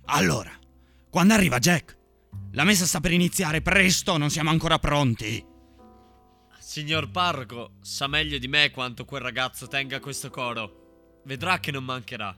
Allora, quando arriva Jack? La messa sta per iniziare, presto, non siamo ancora pronti. Signor parroco, sa meglio di me quanto quel ragazzo tenga questo coro. Vedrà che non mancherà.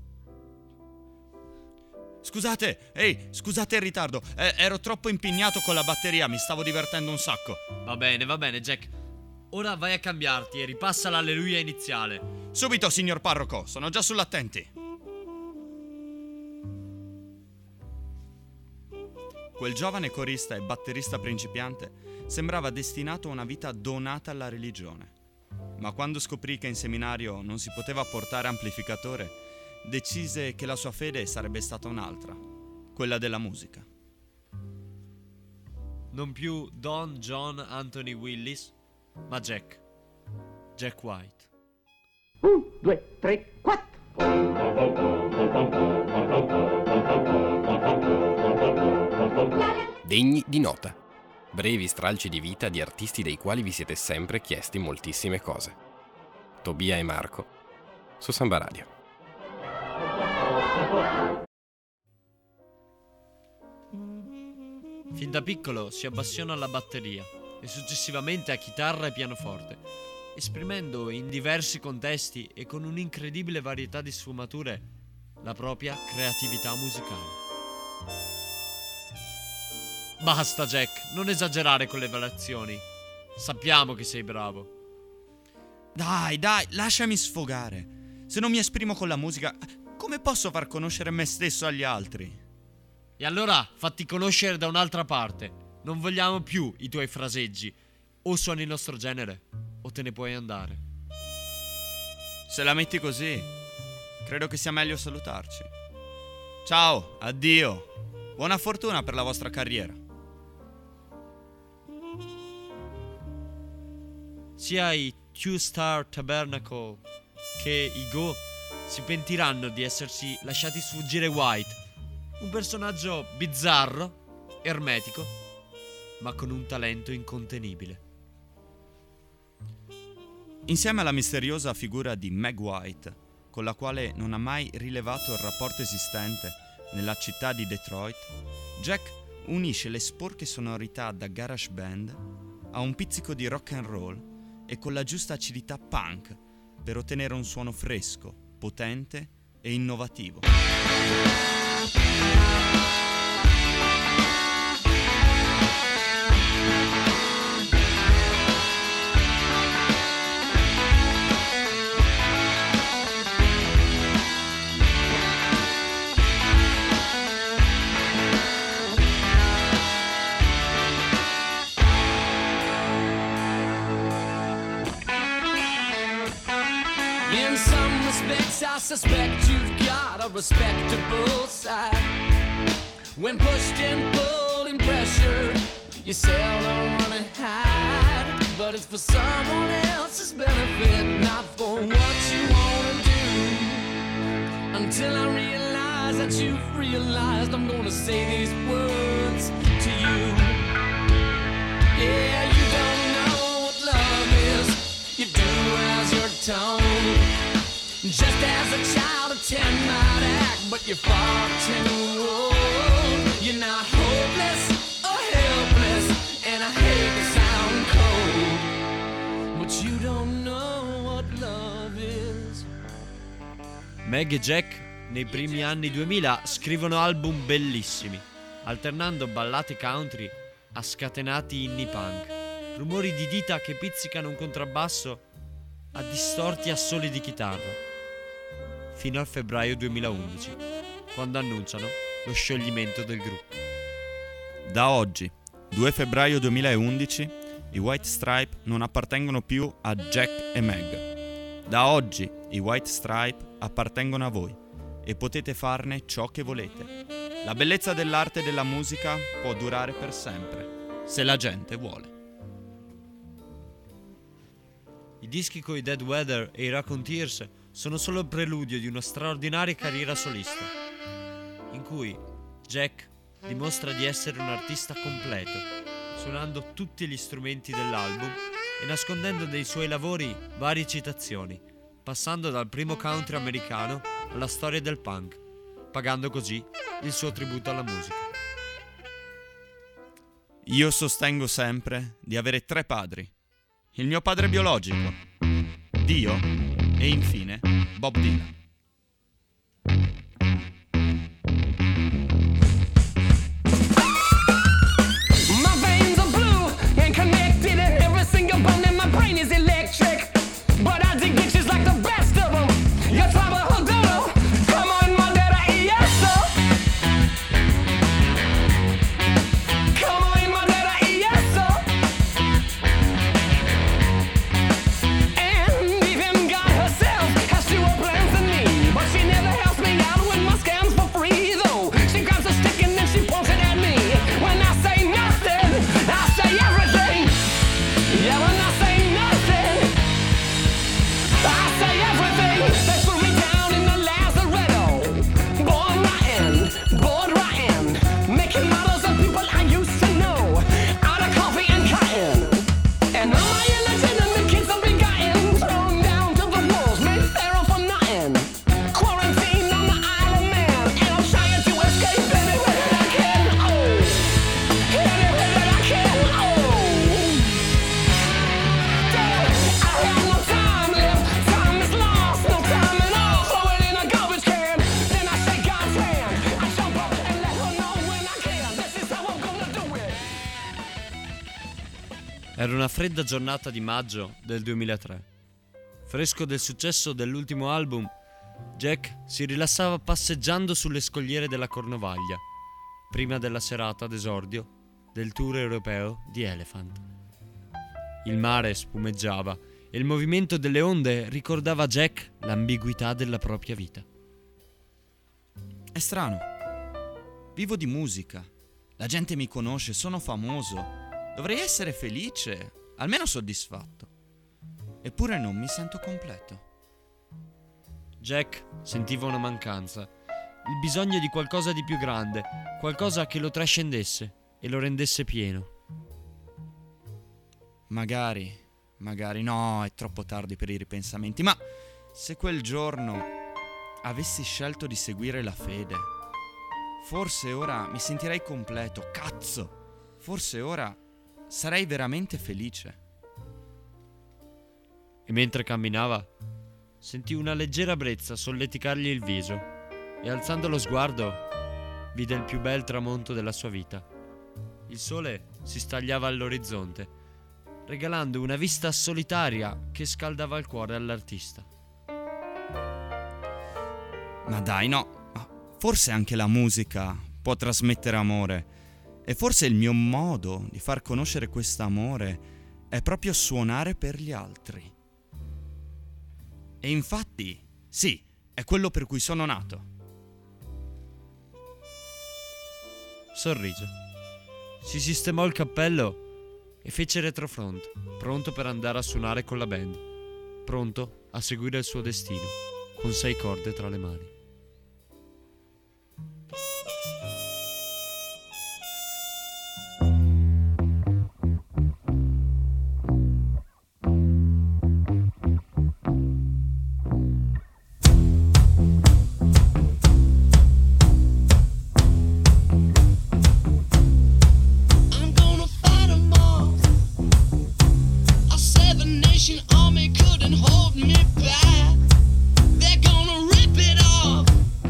Scusate il ritardo, ero troppo impegnato con la batteria, mi stavo divertendo un sacco. Va bene, Jack. Ora vai a cambiarti e ripassa l'alleluia iniziale. Subito, signor parroco, sono già sull'attenti. Quel giovane corista e batterista principiante sembrava destinato a una vita donata alla religione. Ma quando scoprì che in seminario non si poteva portare amplificatore, decise che la sua fede sarebbe stata un'altra, quella della musica. Non più Don John Anthony Willis, ma Jack White. 1, 2, 3, 4. Degni di nota. Brevi stralci di vita di artisti dei quali vi siete sempre chiesti moltissime cose. Tobia e Marco, su Samba Radio. Fin da piccolo si appassiona alla batteria e successivamente a chitarra e pianoforte, esprimendo in diversi contesti e con un'incredibile varietà di sfumature la propria creatività musicale. Basta Jack, non esagerare con le variazioni. Sappiamo che sei bravo. Dai, lasciami sfogare. Se non mi esprimo con la musica, come posso far conoscere me stesso agli altri? E allora fatti conoscere da un'altra parte. Non vogliamo più i tuoi fraseggi. O suoni il nostro genere, o te ne puoi andare. Se la metti così, credo che sia meglio salutarci. Ciao, addio. Buona fortuna per la vostra carriera. Sia i Two Star Tabernacle che i Go si pentiranno di essersi lasciati sfuggire White, un personaggio bizzarro, ermetico, ma con un talento incontenibile. Insieme alla misteriosa figura di Meg White, con la quale non ha mai rilevato il rapporto esistente nella città di Detroit, Jack unisce le sporche sonorità da garage band a un pizzico di rock and roll e con la giusta acidità punk per ottenere un suono fresco, potente e innovativo. In some respects, I suspect you've got a respectable side. When pushed and pulled and pressured, you seldom run and hide. But it's for someone else's benefit, not for what you want to do. Until I realize that you've realized I'm gonna say these words to you. Yeah, you don't know what love is. You do as you're told. Just as a child of 10 might act, but you're far too old. You're not hopeless or helpless, and I hate to sound cold, but you don't know what love is. Meg e Jack nei primi anni 2000 scrivono album bellissimi, alternando ballate country a scatenati indie punk, rumori di dita che pizzicano un contrabbasso a distorti assoli di chitarra, fino al febbraio 2011, quando annunciano lo scioglimento del gruppo. Da oggi, 2 febbraio 2011, i White Stripe non appartengono più a Jack e Meg. Da oggi i White Stripe appartengono a voi e potete farne ciò che volete. La bellezza dell'arte e della musica può durare per sempre, se la gente vuole. I dischi coi Dead Weather e i Raconteurs sono solo il preludio di una straordinaria carriera solista, in cui Jack dimostra di essere un artista completo, suonando tutti gli strumenti dell'album e nascondendo nei suoi lavori varie citazioni, passando dal primo country americano alla storia del punk, pagando così il suo tributo alla musica. Io sostengo sempre di avere 3 padri. Il mio padre biologico, Dio e infine Bob Dylan. My veins are blue and connected, and every single bone in my brain is electric. But I dig bitches like the best of them. Your trouble girl, come on, my daddy, yes sir. Come on, my daddy, yes sir. And even God herself has fewer plans than me, but she never helps me out with my scams for free though. She grabs a stick and then she points it at me. When I say nothing, I say everything. Yeah, when I say nothing, I say everything. They threw me down in the lazaretto, born rotten, making models of people I used to know, out of coffee and cotton. And all my illegitimate kids have been gotten, thrown down to the wolves, made feral for nothing. Quarantined on the Isle of Man, and I'm trying to escape any way that I can. Oh, any way that I can. Oh, I have no time left. Time is lost, no time at all. Throw it in a garbage can. Then I shake God's hand. I jump up and let her know when I can. This is how I'm gonna do it. Era una fredda giornata di maggio del 2003. Fresco del successo dell'ultimo album, Jack si rilassava passeggiando sulle scogliere della Cornovaglia, prima della serata d'esordio del tour europeo di Elephant. Il mare spumeggiava e il movimento delle onde ricordava a Jack l'ambiguità della propria vita. È strano. Vivo di musica. La gente mi conosce, sono famoso. Dovrei essere felice, almeno soddisfatto. Eppure non mi sento completo. Jack sentiva una mancanza, il bisogno di qualcosa di più grande, qualcosa che lo trascendesse e lo rendesse pieno. Magari no, è troppo tardi per i ripensamenti, ma se quel giorno avessi scelto di seguire la fede, forse ora mi sentirei completo, cazzo! Forse ora sarei veramente felice. E mentre camminava, sentì una leggera brezza solleticargli il viso e alzando lo sguardo vide il più bel tramonto della sua vita. Il sole si stagliava all'orizzonte, regalando una vista solitaria che scaldava il cuore all'artista. Ma dai, no, forse anche la musica può trasmettere amore. E forse il mio modo di far conoscere quest'amore è proprio suonare per gli altri. E infatti, sì, è quello per cui sono nato. Sorrise, si sistemò il cappello e fece retrofront, pronto per andare a suonare con la band, pronto a seguire il suo destino, con 6 corde tra le mani. I'm gonna fight 'em all. A 7-nation army couldn't hold me back. They're gonna rip it off,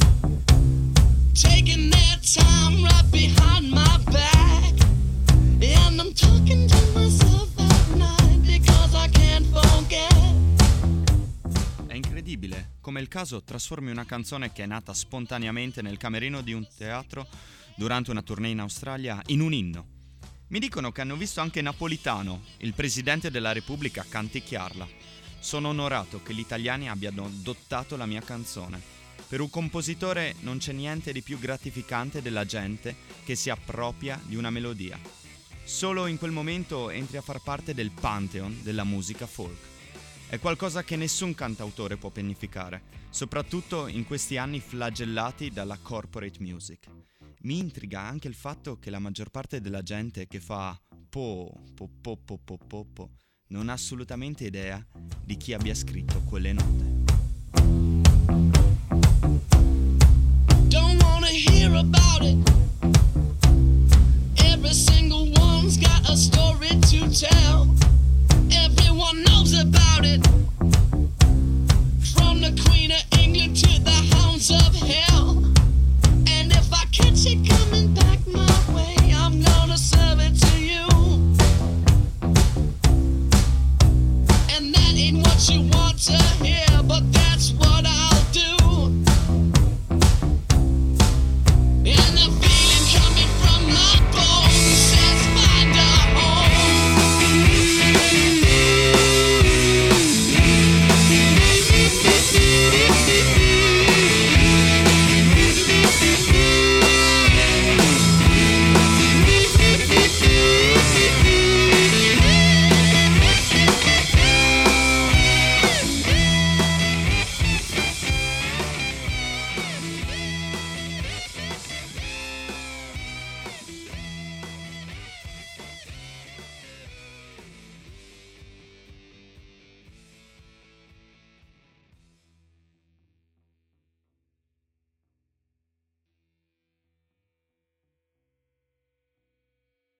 taking their time right behind my back. And I'm talking to myself at night because I can't forget. È incredibile come il caso trasformi una canzone che è nata spontaneamente nel camerino di un teatro durante una tournée in Australia in un inno. Mi dicono che hanno visto anche Napolitano, il presidente della Repubblica, canticchiarla. Sono onorato che gli italiani abbiano adottato la mia canzone. Per un compositore non c'è niente di più gratificante della gente che si appropria di una melodia. Solo in quel momento entri a far parte del pantheon della musica folk. È qualcosa che nessun cantautore può pianificare, soprattutto in questi anni flagellati dalla corporate music. Mi intriga anche il fatto che la maggior parte della gente che fa po non ha assolutamente idea di chi abbia scritto quelle note.